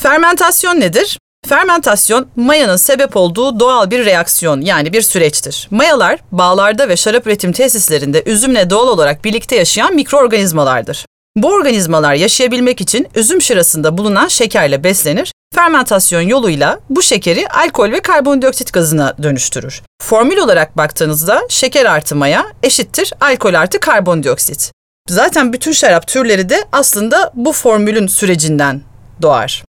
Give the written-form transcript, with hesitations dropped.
Fermentasyon nedir? Fermentasyon, mayanın sebep olduğu doğal bir reaksiyon, yani bir süreçtir. Mayalar, bağlarda ve şarap üretim tesislerinde üzümle doğal olarak birlikte yaşayan mikroorganizmalardır. Bu organizmalar yaşayabilmek için üzüm şırasında bulunan şekerle beslenir, fermentasyon yoluyla bu şekeri alkol ve karbondioksit gazına dönüştürür. Formül olarak baktığınızda şeker artı maya eşittir alkol artı karbondioksit. Zaten bütün şarap türleri de aslında bu formülün sürecinden doğar.